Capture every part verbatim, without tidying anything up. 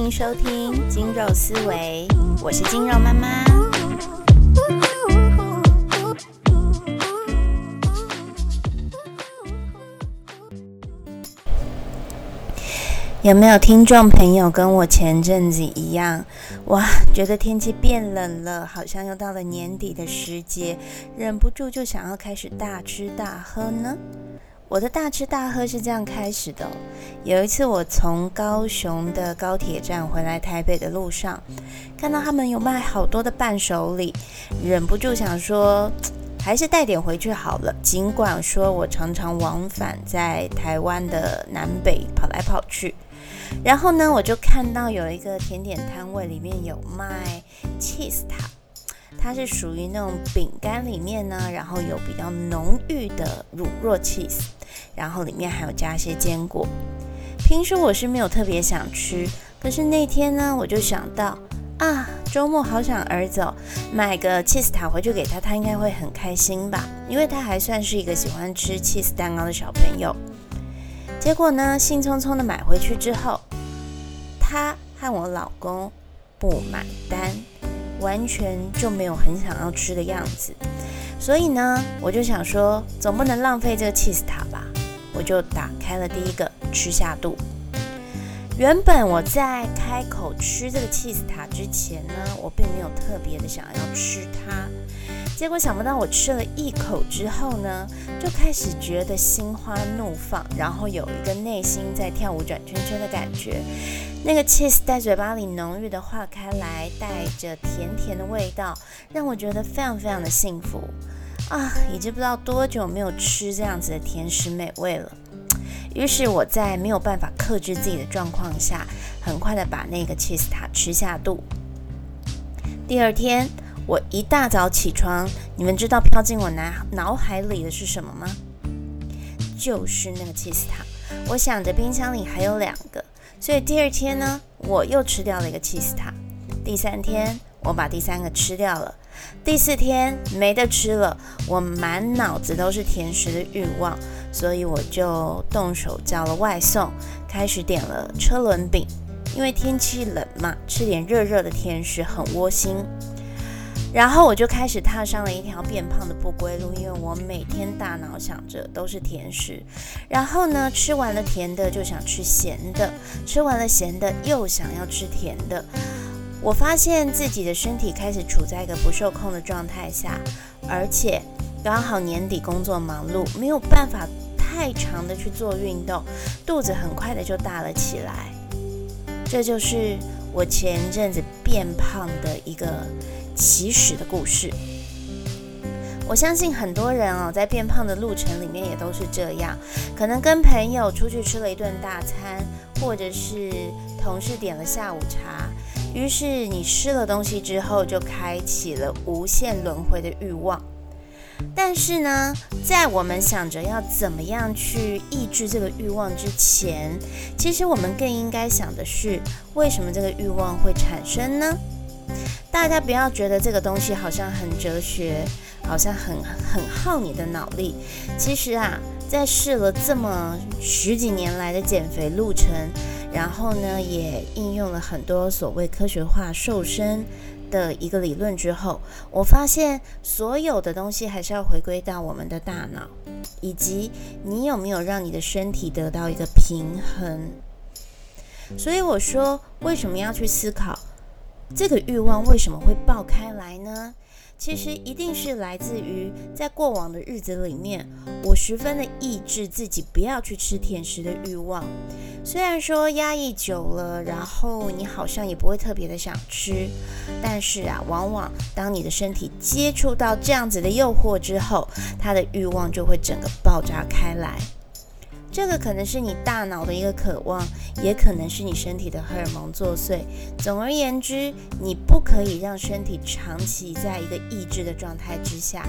迎收听精肉思维，我是精肉妈妈。有没有听众朋友跟我前阵子一样，哇，觉得天气变冷了，好像又到了年底的时节，忍不住就想要开始大吃大喝呢？我的大吃大喝是这样开始的哦。有一次我从高雄的高铁站回来台北的路上，看到他们有卖好多的伴手礼，忍不住想说还是带点回去好了。尽管说我常常往返在台湾的南北跑来跑去，然后呢我就看到有一个甜点摊位里面有卖 cheese 塔，它是属于那种饼干里面呢，然后有比较浓郁的乳酪 cheese， 然后里面还有加一些坚果。平时我是没有特别想吃，可是那天呢我就想到啊，周末好想儿子哦，买个 cheese 塔回去给他，他应该会很开心吧，因为他还算是一个喜欢吃 cheese 蛋糕的小朋友。结果呢，兴冲冲的买回去之后，他和我老公不买单，完全就没有很想要吃的样子。所以呢，我就想说，总不能浪费这个 cheese 塔吧，我就打开了第一个吃下肚。原本我在开口吃这个 cheese 塔之前呢，我并没有特别的想要吃它。结果想不到我吃了一口之后呢，就开始觉得心花怒放，然后有一个内心在跳舞转圈圈的感觉。那个 cheese 在嘴巴里浓郁的化开来，带着甜甜的味道，让我觉得非常非常的幸福啊！已经不知道多久没有吃这样子的甜食美味了。于是我在没有办法克制自己的状况下，很快的把那个 cheese 塔吃下肚。第二天我一大早起床，你们知道飘进我脑海里的是什么吗？就是那个 cheese 塔。我想着冰箱里还有两个，所以第二天呢，我又吃掉了一个 cheese 塔。第三天我把第三个吃掉了。第四天没得吃了，我满脑子都是甜食的欲望，所以我就动手叫了外送，开始点了车轮饼。因为天气冷嘛，吃点热热的甜食很窝心。然后我就开始踏上了一条变胖的不归路，因为我每天大脑想着都是甜食，然后呢，吃完了甜的就想吃咸的，吃完了咸的又想要吃甜的。我发现自己的身体开始处在一个不受控的状态下，而且刚好年底工作忙碌，没有办法太长的去做运动，肚子很快的就大了起来。这就是我前阵子变胖的一个起始的故事。我相信很多人哦，在变胖的路程里面也都是这样，可能跟朋友出去吃了一顿大餐，或者是同事点了下午茶，于是你吃了东西之后，就开启了无限轮回的欲望。但是呢，在我们想着要怎么样去抑制这个欲望之前，其实我们更应该想的是，为什么这个欲望会产生呢？大家不要觉得这个东西好像很哲学，好像很很耗你的脑力。其实啊，在试了这么十几年来的减肥路程，然后呢，也应用了很多所谓科学化瘦身的一个理论之后，我发现所有的东西还是要回归到我们的大脑，以及你有没有让你的身体得到一个平衡。所以我说，为什么要去思考这个欲望为什么会爆开来呢？其实一定是来自于在过往的日子里面，我十分的抑制自己不要去吃甜食的欲望。虽然说压抑久了，然后你好像也不会特别的想吃，但是啊，往往当你的身体接触到这样子的诱惑之后，它的欲望就会整个爆炸开来。这个可能是你大脑的一个渴望，也可能是你身体的荷尔蒙作祟。总而言之，你不可以让身体长期在一个抑制的状态之下。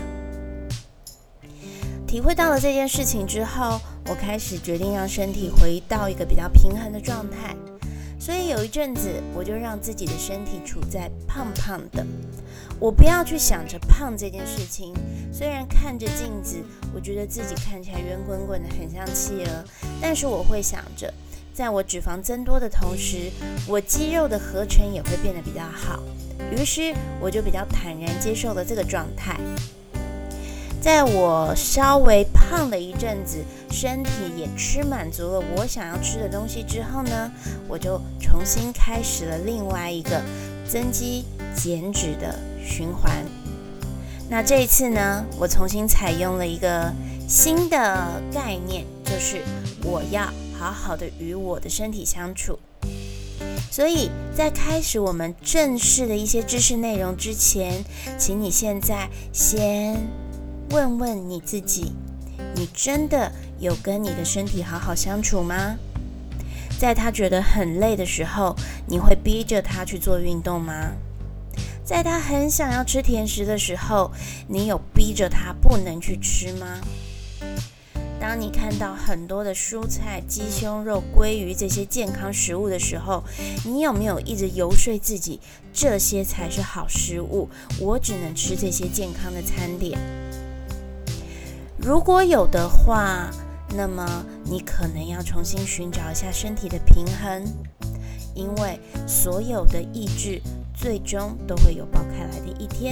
体会到了这件事情之后，我开始决定让身体回到一个比较平衡的状态。所以有一阵子，我就让自己的身体处在胖胖的。我不要去想着胖这件事情，虽然看着镜子，我觉得自己看起来圆滚滚的，很像企鹅，但是我会想着， 在我脂肪增多的同时，我肌肉的合成也会变得比较好，于是我就比较坦然接受了这个状态。在我稍微胖了一阵子，身体也吃满足了我想要吃的东西之后呢，我就重新开始了另外一个增肌减脂的循环。那这一次呢，我重新采用了一个新的概念，就是我要好好的与我的身体相处。所以在开始我们正式的一些知识内容之前，请你现在先问问你自己，你真的有跟你的身体好好相处吗？在他觉得很累的时候，你会逼着他去做运动吗？在他很想要吃甜食的时候，你有逼着他不能去吃吗？当你看到很多的蔬菜、鸡胸肉、鲑鱼这些健康食物的时候，你有没有一直游说自己，这些才是好食物，我只能吃这些健康的餐点？如果有的话，那么你可能要重新寻找一下身体的平衡，因为所有的意志最终都会有爆开来的一天。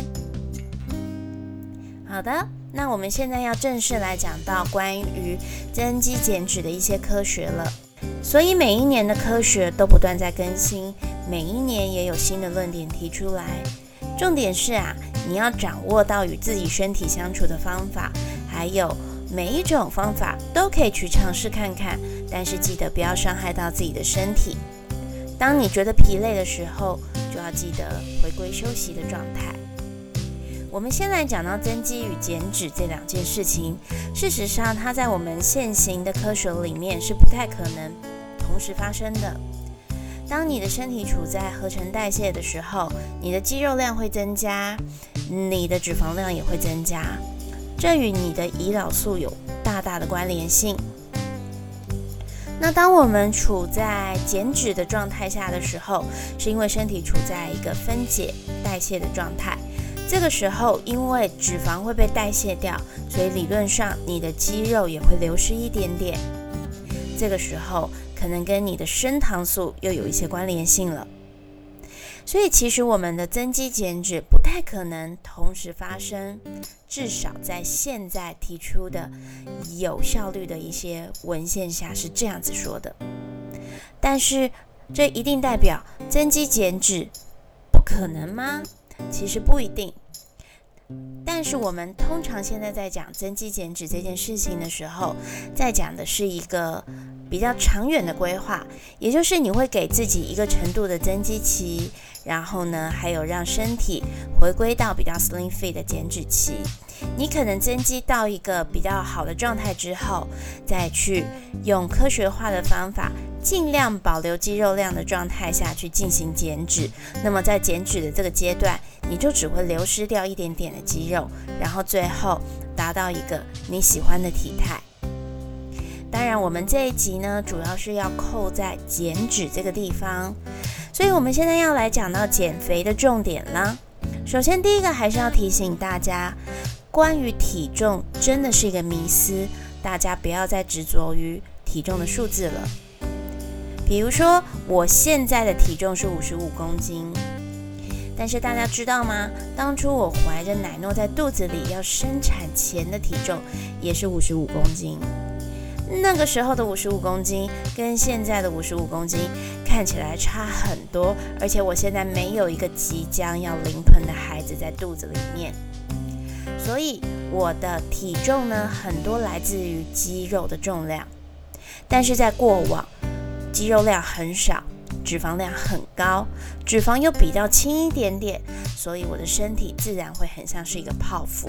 好的，那我们现在要正式来讲到关于增肌减脂的一些科学了。所以每一年的科学都不断在更新，每一年也有新的论点提出来。重点是啊，你要掌握到与自己身体相处的方法，还有每一种方法都可以去尝试看看，但是记得不要伤害到自己的身体。当你觉得疲累的时候，就要记得回归休息的状态。我们先来讲到增肌与减脂这两件事情，事实上它在我们现行的科学里面是不太可能同时发生的。当你的身体处在合成代谢的时候，你的肌肉量会增加，你的脂肪量也会增加，这与你的胰岛素有大大的关联性。那当我们处在减脂的状态下的时候，是因为身体处在一个分解代谢的状态，这个时候因为脂肪会被代谢掉，所以理论上你的肌肉也会流失一点点，这个时候可能跟你的升糖素又有一些关联性了。所以其实我们的增肌减脂不太可能同时发生，至少在现在提出的有效率的一些文献下是这样子说的。但是这一定代表增肌减脂不可能吗？其实不一定。但是我们通常现在在讲增肌减脂这件事情的时候，在讲的是一个比较长远的规划，也就是你会给自己一个程度的增肌期，然后呢，还有让身体回归到比较 slim fit 的减脂期。你可能增肌到一个比较好的状态之后，再去用科学化的方法，尽量保留肌肉量的状态下去进行减脂。那么在减脂的这个阶段，你就只会流失掉一点点的肌肉，然后最后达到一个你喜欢的体态。当然我们这一集呢，主要是要扣在减脂这个地方，所以我们现在要来讲到减肥的重点啦。首先第一个还是要提醒大家，关于体重真的是一个迷思，大家不要再执着于体重的数字了。比如说我现在的体重是五十五公斤，但是大家知道吗？当初我怀着奶诺在肚子里要生产前的体重也是五十五公斤。那个时候的五十五公斤跟现在的五十五公斤看起来差很多，而且我现在没有一个即将要临盆的孩子在肚子里面，所以我的体重呢，很多来自于肌肉的重量。但是在过往，肌肉量很少，脂肪量很高，脂肪又比较轻一点点，所以我的身体自然会很像是一个泡芙。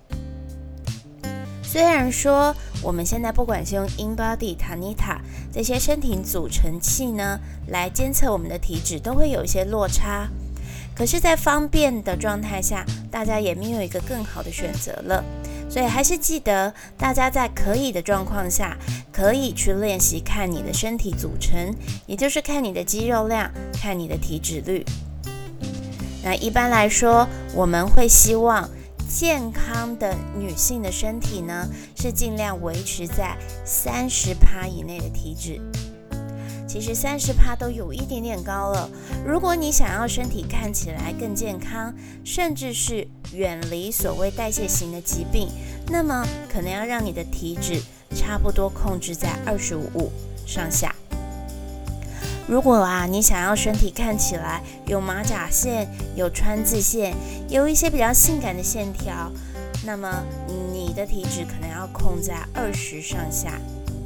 虽然说我们现在不管是用 InBody、Tanita 这些身体组成器呢来监测我们的体脂，都会有一些落差，可是在方便的状态下，大家也没有一个更好的选择了。所以还是记得大家在可以的状况下，可以去练习看你的身体组成，也就是看你的肌肉量，看你的体脂率。那一般来说，我们会希望健康的女性的身体呢，是尽量维持在 百分之三十 以内的体脂。 其实 百分之三十 都有一点点高了。如果你想要身体看起来更健康，甚至是远离所谓代谢型的疾病，那么可能要让你的体脂差不多控制在二十五上下。如果啊，你想要身体看起来有马甲线、有川字线、有一些比较性感的线条，那么你的体脂可能要控在二十上下。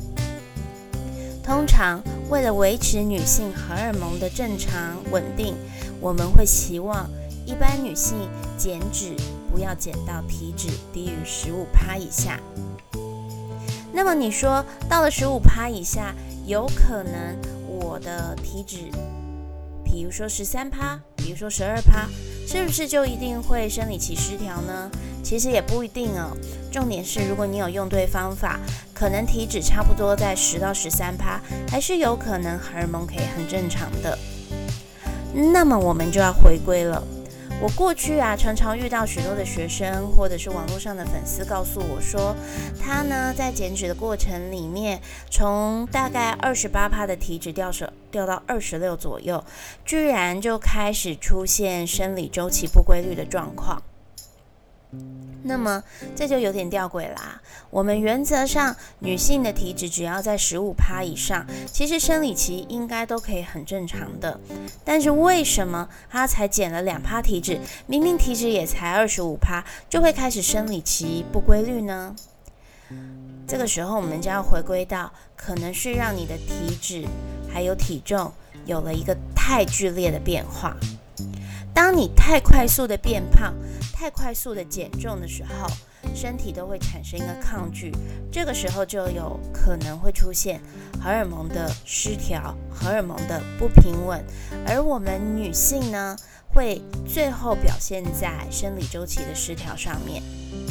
通常为了维持女性荷尔蒙的正常稳定，我们会希望一般女性减脂不要减到体脂低于 百分之十五 以下。那么你说到了 百分之十五 以下，有可能我的体脂比如说 百分之十三， 比如说 百分之十二， 是不是就一定会生理期失调呢？其实也不一定哦。重点是如果你有用对方法，可能体脂差不多在 百分之十到十三， 还是有可能荷尔蒙可以很正常的。那么我们就要回归了。我过去啊，常常遇到许多的学生或者是网络上的粉丝告诉我说，他呢在减脂的过程里面，从大概 百分之二十八 的体脂掉手掉到二十六左右，居然就开始出现生理周期不规律的状况。那么这就有点吊诡啦。我们原则上女性的体脂只要在 百分之十五 以上，其实生理期应该都可以很正常的。但是为什么她才减了 百分之二 体脂，明明体脂也才 百分之二十五， 就会开始生理期不规律呢？这个时候我们就要回归到，可能是让你的体脂还有体重有了一个太剧烈的变化。当你太快速的变胖，太快速的减重的时候，身体都会产生一个抗拒，这个时候就有可能会出现荷尔蒙的失调，荷尔蒙的不平稳，而我们女性呢，会最后表现在生理周期的失调上面。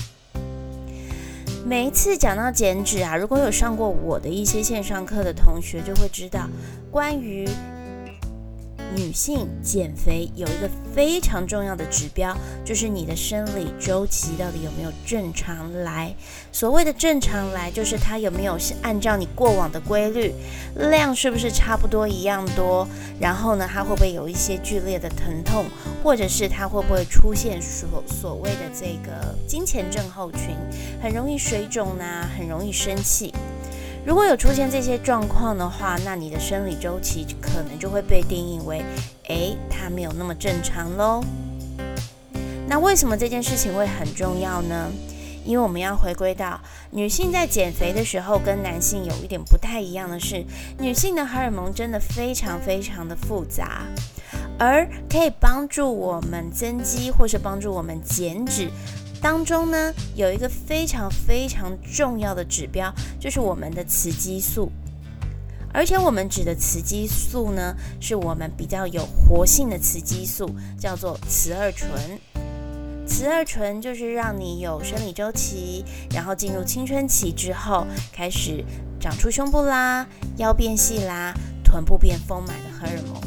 每一次讲到减脂啊，如果有上过我的一些线上课的同学就会知道，关于女性减肥有一个非常重要的指标，就是你的生理周期到底有没有正常来。所谓的正常来，就是它有没有是按照你过往的规律，量是不是差不多一样多，然后呢，它会不会有一些剧烈的疼痛，或者是它会不会出现所所谓的这个经前症候群，很容易水肿啊，很容易生气。如果有出现这些状况的话，那你的生理周期可能就会被定义为，诶，它没有那么正常咯。那为什么这件事情会很重要呢？因为我们要回归到女性在减肥的时候跟男性有一点不太一样的是，女性的荷尔蒙真的非常非常的复杂，而可以帮助我们增肌或是帮助我们减脂当中呢，有一个非常非常重要的指标，就是我们的雌激素。而且我们指的雌激素呢，是我们比较有活性的雌激素，叫做雌二醇。雌二醇就是让你有生理周期，然后进入青春期之后，开始长出胸部啦、腰变细啦、臀部变丰满的荷尔蒙。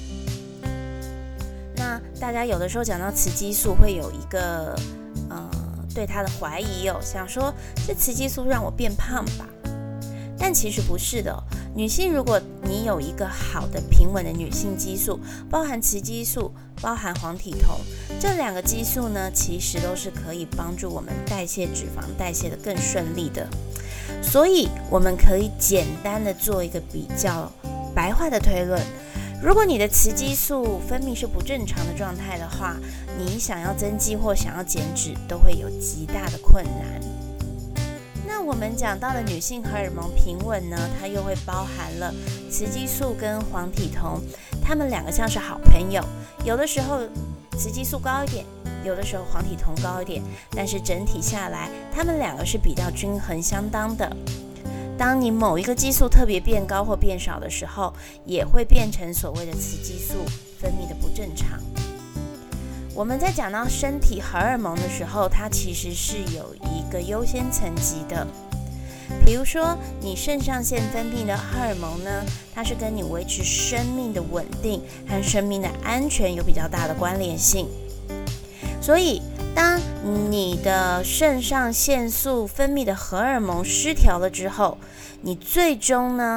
那大家有的时候讲到雌激素，会有一个呃，对它的怀疑哦，想说是雌激素让我变胖吧？但其实不是的哦。女性如果你有一个好的平稳的女性激素，包含雌激素，包含黄体酮，这两个激素呢，其实都是可以帮助我们代谢脂肪代谢得更顺利的。所以我们可以简单的做一个比较白话的推论。如果你的雌激素分泌是不正常的状态的话，你想要增肌或想要减脂都会有极大的困难。那我们讲到的女性荷尔蒙平稳呢，它又会包含了雌激素跟黄体酮，它们两个像是好朋友，有的时候雌激素高一点，有的时候黄体酮高一点，但是整体下来，它们两个是比较均衡相当的。当你某一个激素特别变高或变少的时候，也会变成所谓的雌激素分泌的不正常。我们在讲到身体荷尔蒙的时候，它其实是有一个优先层级的。比如说你肾上腺分泌的荷尔蒙呢，它是跟你维持生命的稳定和生命的安全有比较大的关联性。所以当你的肾上腺素分泌的荷尔蒙失调了之后，你最终呢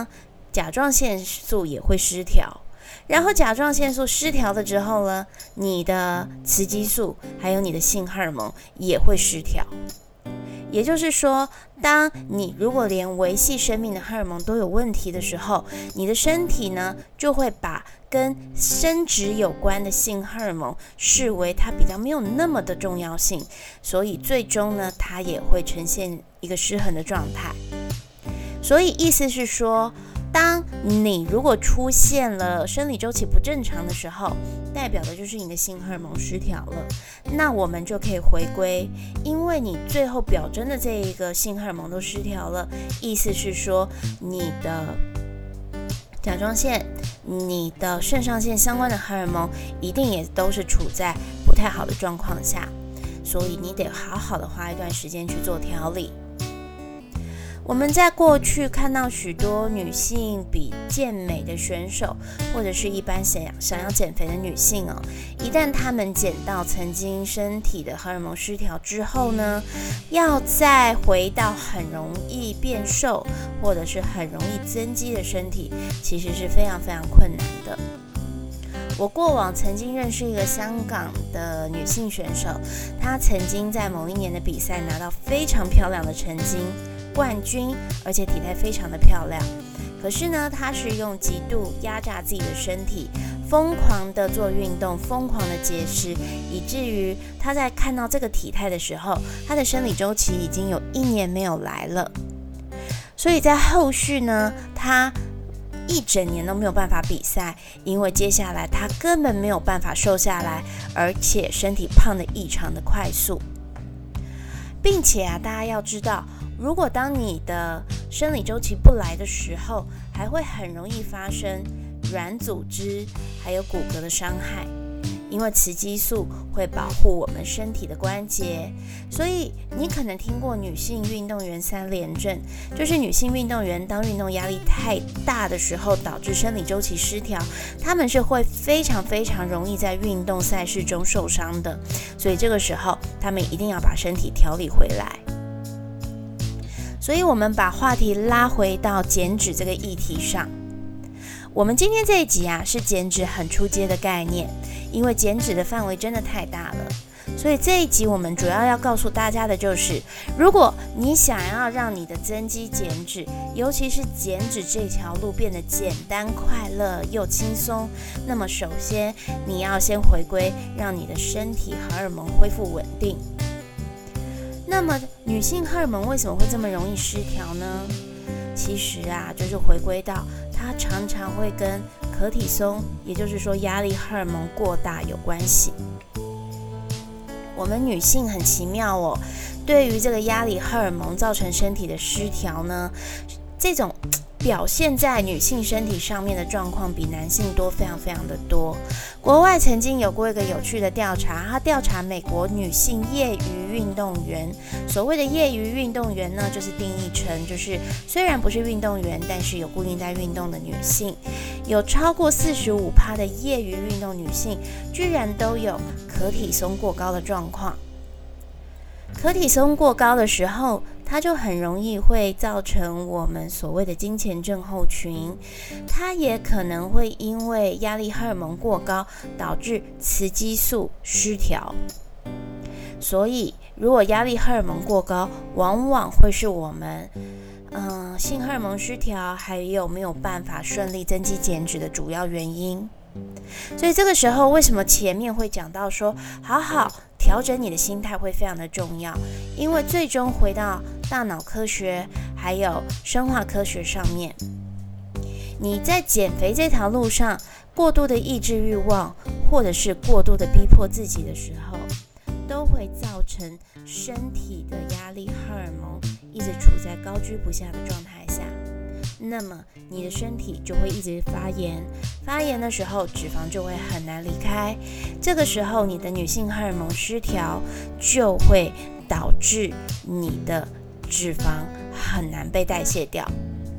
甲状腺素也会失调。然后甲状腺素失调了之后呢，你的雌激素还有你的性荷尔蒙也会失调。也就是说，当你如果连维系生命的荷尔蒙都有问题的时候，你的身体呢就会把跟生殖有关的性荷尔蒙视为它比较没有那么的重要性，所以最终呢，它也会呈现一个失衡的状态。所以意思是说，当你如果出现了生理周期不正常的时候，代表的就是你的性荷尔蒙失调了。那我们就可以回归，因为你最后表征的这一个性荷尔蒙都失调了，意思是说你的甲状腺、你的肾上腺相关的荷尔蒙一定也都是处在不太好的状况下，所以你得好好的花一段时间去做调理。我们在过去看到许多女性比健美的选手，或者是一般想想要减肥的女性哦，一旦她们减到曾经身体的荷尔蒙失调之后呢，要再回到很容易变瘦或者是很容易增肌的身体，其实是非常非常困难的。我过往曾经认识一个香港的女性选手，她曾经在某一年的比赛拿到非常漂亮的成绩冠军，而且体态非常的漂亮。可是呢，她是用极度压榨自己的身体，疯狂的做运动，疯狂的节食，以至于她在看到这个体态的时候，她的生理周期已经有一年没有来了。所以在后续呢，她一整年都没有办法比赛，因为接下来她根本没有办法瘦下来，而且身体胖得异常的快速。并且啊，大家要知道，如果当你的生理周期不来的时候，还会很容易发生软组织还有骨骼的伤害，因为雌激素会保护我们身体的关节。所以你可能听过女性运动员三联症，就是女性运动员当运动压力太大的时候，导致生理周期失调，她们是会非常非常容易在运动赛事中受伤的。所以这个时候她们一定要把身体调理回来。所以我们把话题拉回到减脂这个议题上。我们今天这一集啊，是减脂很初阶的概念，因为减脂的范围真的太大了，所以这一集我们主要要告诉大家的就是，如果你想要让你的增肌减脂，尤其是减脂这条路变得简单快乐又轻松，那么首先你要先回归，让你的身体荷尔蒙恢复稳定。那么女性荷尔蒙为什么会这么容易失调呢？其实啊，就是回归到它常常会跟可体松，也就是说压力荷尔蒙过大有关系。我们女性很奇妙哦，对于这个压力荷尔蒙造成身体的失调呢，这种表现在女性身体上面的状况比男性多非常非常的多。国外曾经有过一个有趣的调查，他调查美国女性业余运动员，所谓的业余运动员呢，就是定义成就是虽然不是运动员，但是有固定在运动的女性，有超过 百分之四十五 的业余运动女性居然都有可体松过高的状况。可体松过高的时候，它就很容易会造成我们所谓的经前症候群，它也可能会因为压力荷尔蒙过高导致雌激素失调。所以如果压力荷尔蒙过高，往往会是我们嗯、呃、性荷尔蒙失调还有没有办法顺利增肌减脂的主要原因。所以这个时候为什么前面会讲到说好好调整你的心态会非常的重要，因为最终回到大脑科学还有生化科学上面，你在减肥这条路上过度的抑制欲望，或者是过度的逼迫自己的时候，都会造成身体的压力荷尔蒙一直处在高居不下的状态下，那么你的身体就会一直发炎，发炎的时候脂肪就会很难离开，这个时候你的女性荷尔蒙失调就会导致你的脂肪很难被代谢掉。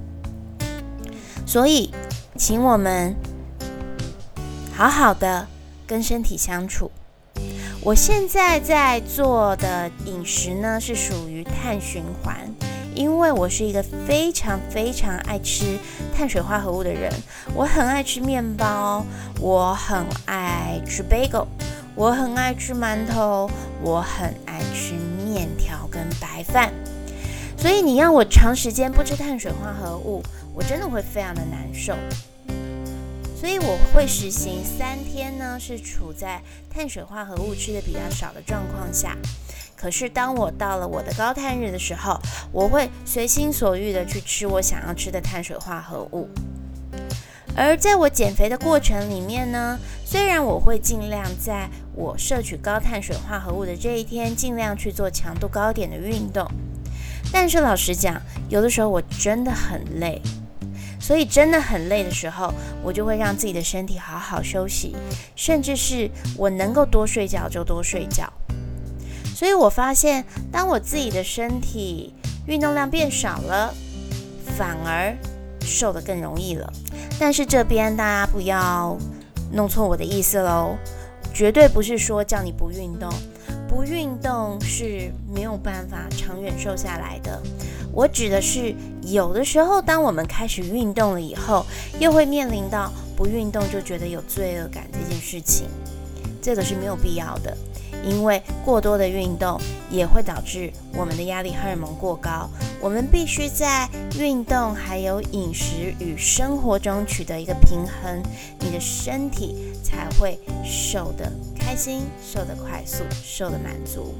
所以请我们好好的跟身体相处。我现在在做的饮食呢，是属于碳循环， 因为我是一个非常非常爱吃碳水化合物的人，我很爱吃面包，我很爱吃 bagel， 我很爱吃馒头，我很爱吃面条跟白饭。所以你让我长时间不吃碳水化合物，我真的会非常的难受。所以我会实行三天呢，是处在碳水化合物吃的比较少的状况下。可是当我到了我的高碳日的时候，我会随心所欲的去吃我想要吃的碳水化合物。而在我减肥的过程里面呢，虽然我会尽量在我摄取高碳水化合物的这一天，尽量去做强度高点的运动，但是老实讲，有的时候我真的很累。所以真的很累的时候，我就会让自己的身体好好休息，甚至是我能够多睡觉就多睡觉。所以我发现，当我自己的身体运动量变少了，反而瘦得更容易了。但是这边大家不要弄错我的意思咯，绝对不是说叫你不运动，不运动是没有办法长远瘦下来的。我指的是，有的时候当我们开始运动了以后，又会面临到不运动就觉得有罪恶感这件事情，这个是没有必要的。因为过多的运动也会导致我们的压力荷尔蒙过高，我们必须在运动还有饮食与生活中取得一个平衡，你的身体才会瘦得开心，瘦得快速，瘦得满足。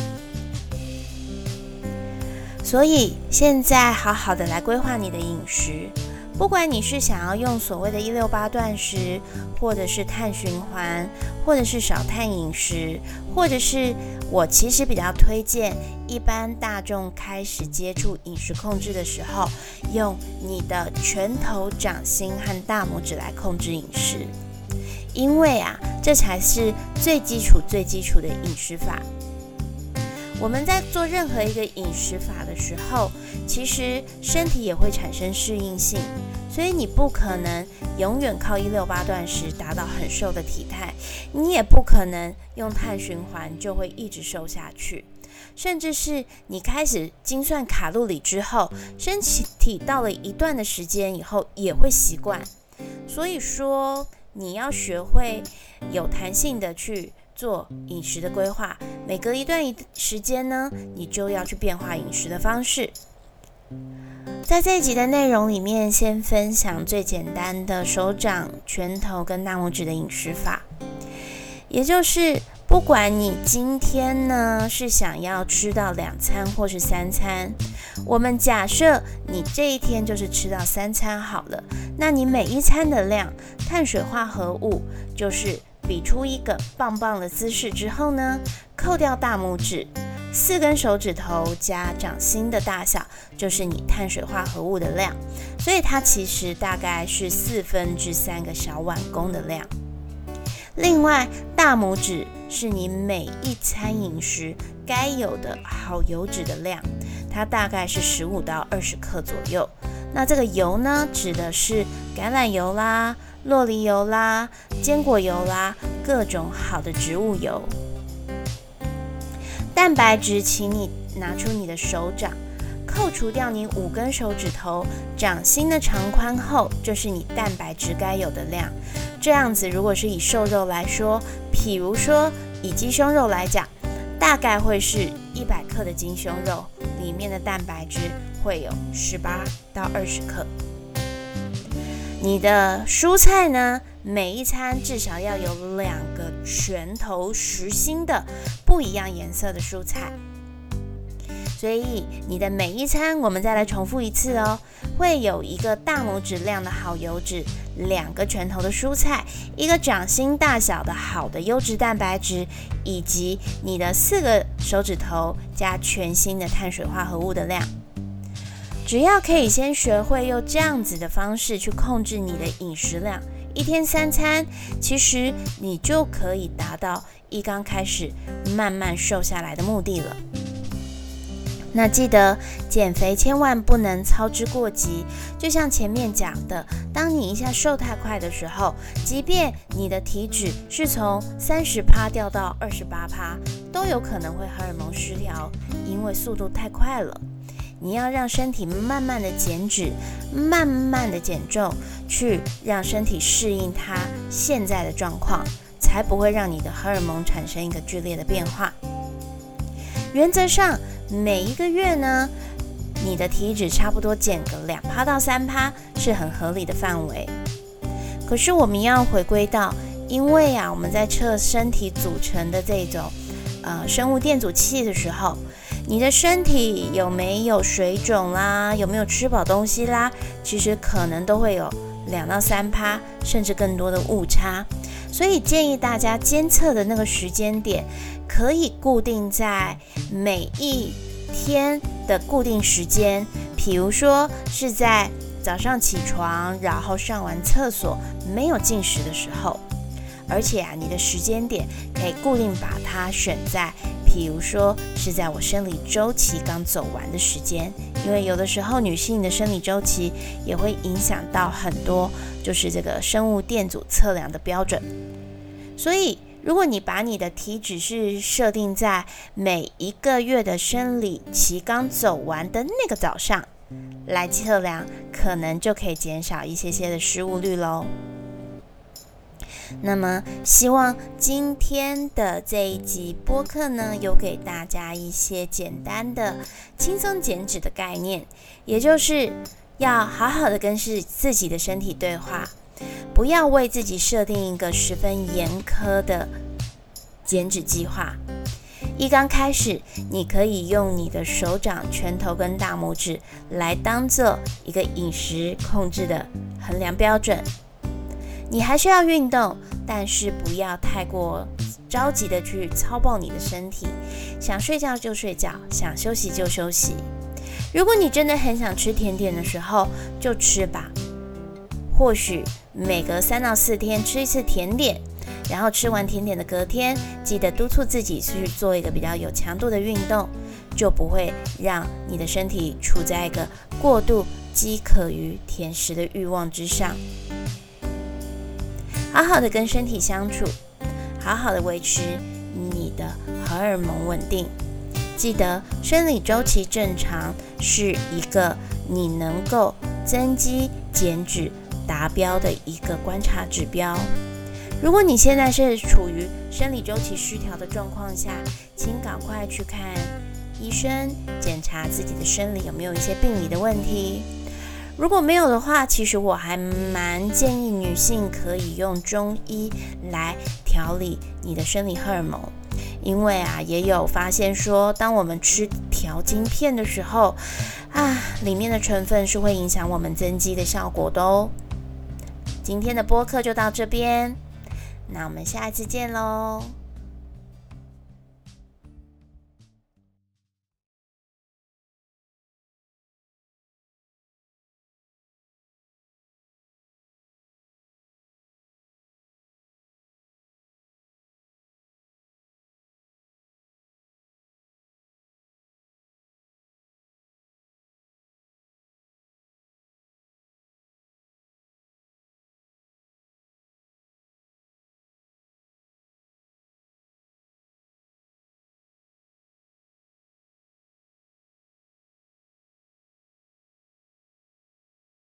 所以现在好好的来规划你的饮食，不管你是想要用所谓的一六八断食，或者是碳循环，或者是少碳饮食，或者是我其实比较推荐一般大众开始接触饮食控制的时候，用你的拳头、掌心和大拇指来控制饮食，因为啊，这才是最基础最基础的饮食法。我们在做任何一个饮食法的时候，其实身体也会产生适应性，所以你不可能永远靠一六八断食达到很瘦的体态，你也不可能用碳循环就会一直瘦下去，甚至是你开始精算卡路里之后，身体到了一段的时间以后也会习惯。所以说你要学会有弹性的去做饮食的规划，每隔一段时间呢，你就要去变化饮食的方式。在这一集的内容里面，先分享最简单的手掌、拳头跟大拇指的饮食法，也就是不管你今天呢是想要吃到两餐或是三餐，我们假设你这一天就是吃到三餐好了，那你每一餐的量，碳水化合物就是比出一个棒棒的姿势之后呢，扣掉大拇指，四根手指头加掌心的大小就是你碳水化合物的量，所以它其实大概是四分之三个小碗公的量。另外，大拇指是你每一餐饮食该有的好油脂的量，它大概是十五到二十克左右。那这个油呢，指的是橄榄油啦、酪梨油啦、坚果油啦，各种好的植物油。蛋白质，请你拿出你的手掌，扣除掉你五根手指头掌心的长宽厚，就是你蛋白质该有的量。这样子，如果是以瘦肉来说，譬如说以鸡胸肉来讲，大概会是一百克的鸡胸肉，里面的蛋白质会有十八到二十克。你的蔬菜呢，每一餐至少要有两个拳头实心的不一样颜色的蔬菜。所以你的每一餐，我们再来重复一次哦，会有一个大拇指量的好油脂，两个拳头的蔬菜，一个掌心大小的好的优质蛋白质，以及你的四个手指头加全新的碳水化合物的量。只要可以先学会用这样子的方式去控制你的饮食量，一天三餐，其实你就可以达到一刚开始慢慢瘦下来的目的了。那记得减肥千万不能操之过急，就像前面讲的，当你一下瘦太快的时候，即便你的体脂是从 百分之三十 掉到 百分之二十八， 都有可能会荷尔蒙失调，因为速度太快了。 你要让身体慢慢的减脂，慢慢的减重，去让身体适应它现在的状况，才不会让你的荷尔蒙产生一个剧烈的变化。原则上每一个月呢，你的体脂差不多减个 百分之二 到 百分之三 是很合理的范围。可是我们要回归到，因为啊，我们在测身体组成的这种呃生物电阻器的时候，你的身体有没有水肿啦，有没有吃饱东西啦，其实可能都会有 百分之二 到 百分之三 甚至更多的误差。所以建议大家监测的那个时间点可以固定在每一天的固定时间，比如说是在早上起床，然后上完厕所没有进食的时候。而且啊，你的时间点可以固定把它选在，比如说是在我生理周期刚走完的时间，因为有的时候女性的生理周期也会影响到很多，就是这个生物电阻测量的标准。所以如果你把你的体脂是设定在每一个月的生理期刚走完的那个早上来测量，可能就可以减少一些些的失误率咯。那么希望今天的这一集播客呢，有给大家一些简单的轻松减脂的概念，也就是要好好的跟自己的身体对话，不要为自己设定一个十分严苛的减脂计划。一刚开始，你可以用你的手掌、拳头跟大拇指来当做一个饮食控制的衡量标准。你还是要运动，但是不要太过着急的去操爆你的身体，想睡觉就睡觉，想休息就休息。如果你真的很想吃甜点的时候，就吃吧。或许每隔三到四天吃一次甜点，然后吃完甜点的隔天，记得督促自己去做一个比较有强度的运动，就不会让你的身体处在一个过度饥渴于甜食的欲望之上。好好的跟身体相处，好好的维持你的荷尔蒙稳定。记得生理周期正常是一个你能够增肌减脂达标的一个观察指标。如果你现在是处于生理周期失调的状况下，请赶快去看医生，检查自己的生理有没有一些病理的问题。如果没有的话，其实我还蛮建议女性可以用中医来调理你的生理荷尔蒙，因为啊，也有发现说，当我们吃调经片的时候啊，里面的成分是会影响我们增肌的效果的哦。今天的播客就到这边，那我们下一次见咯。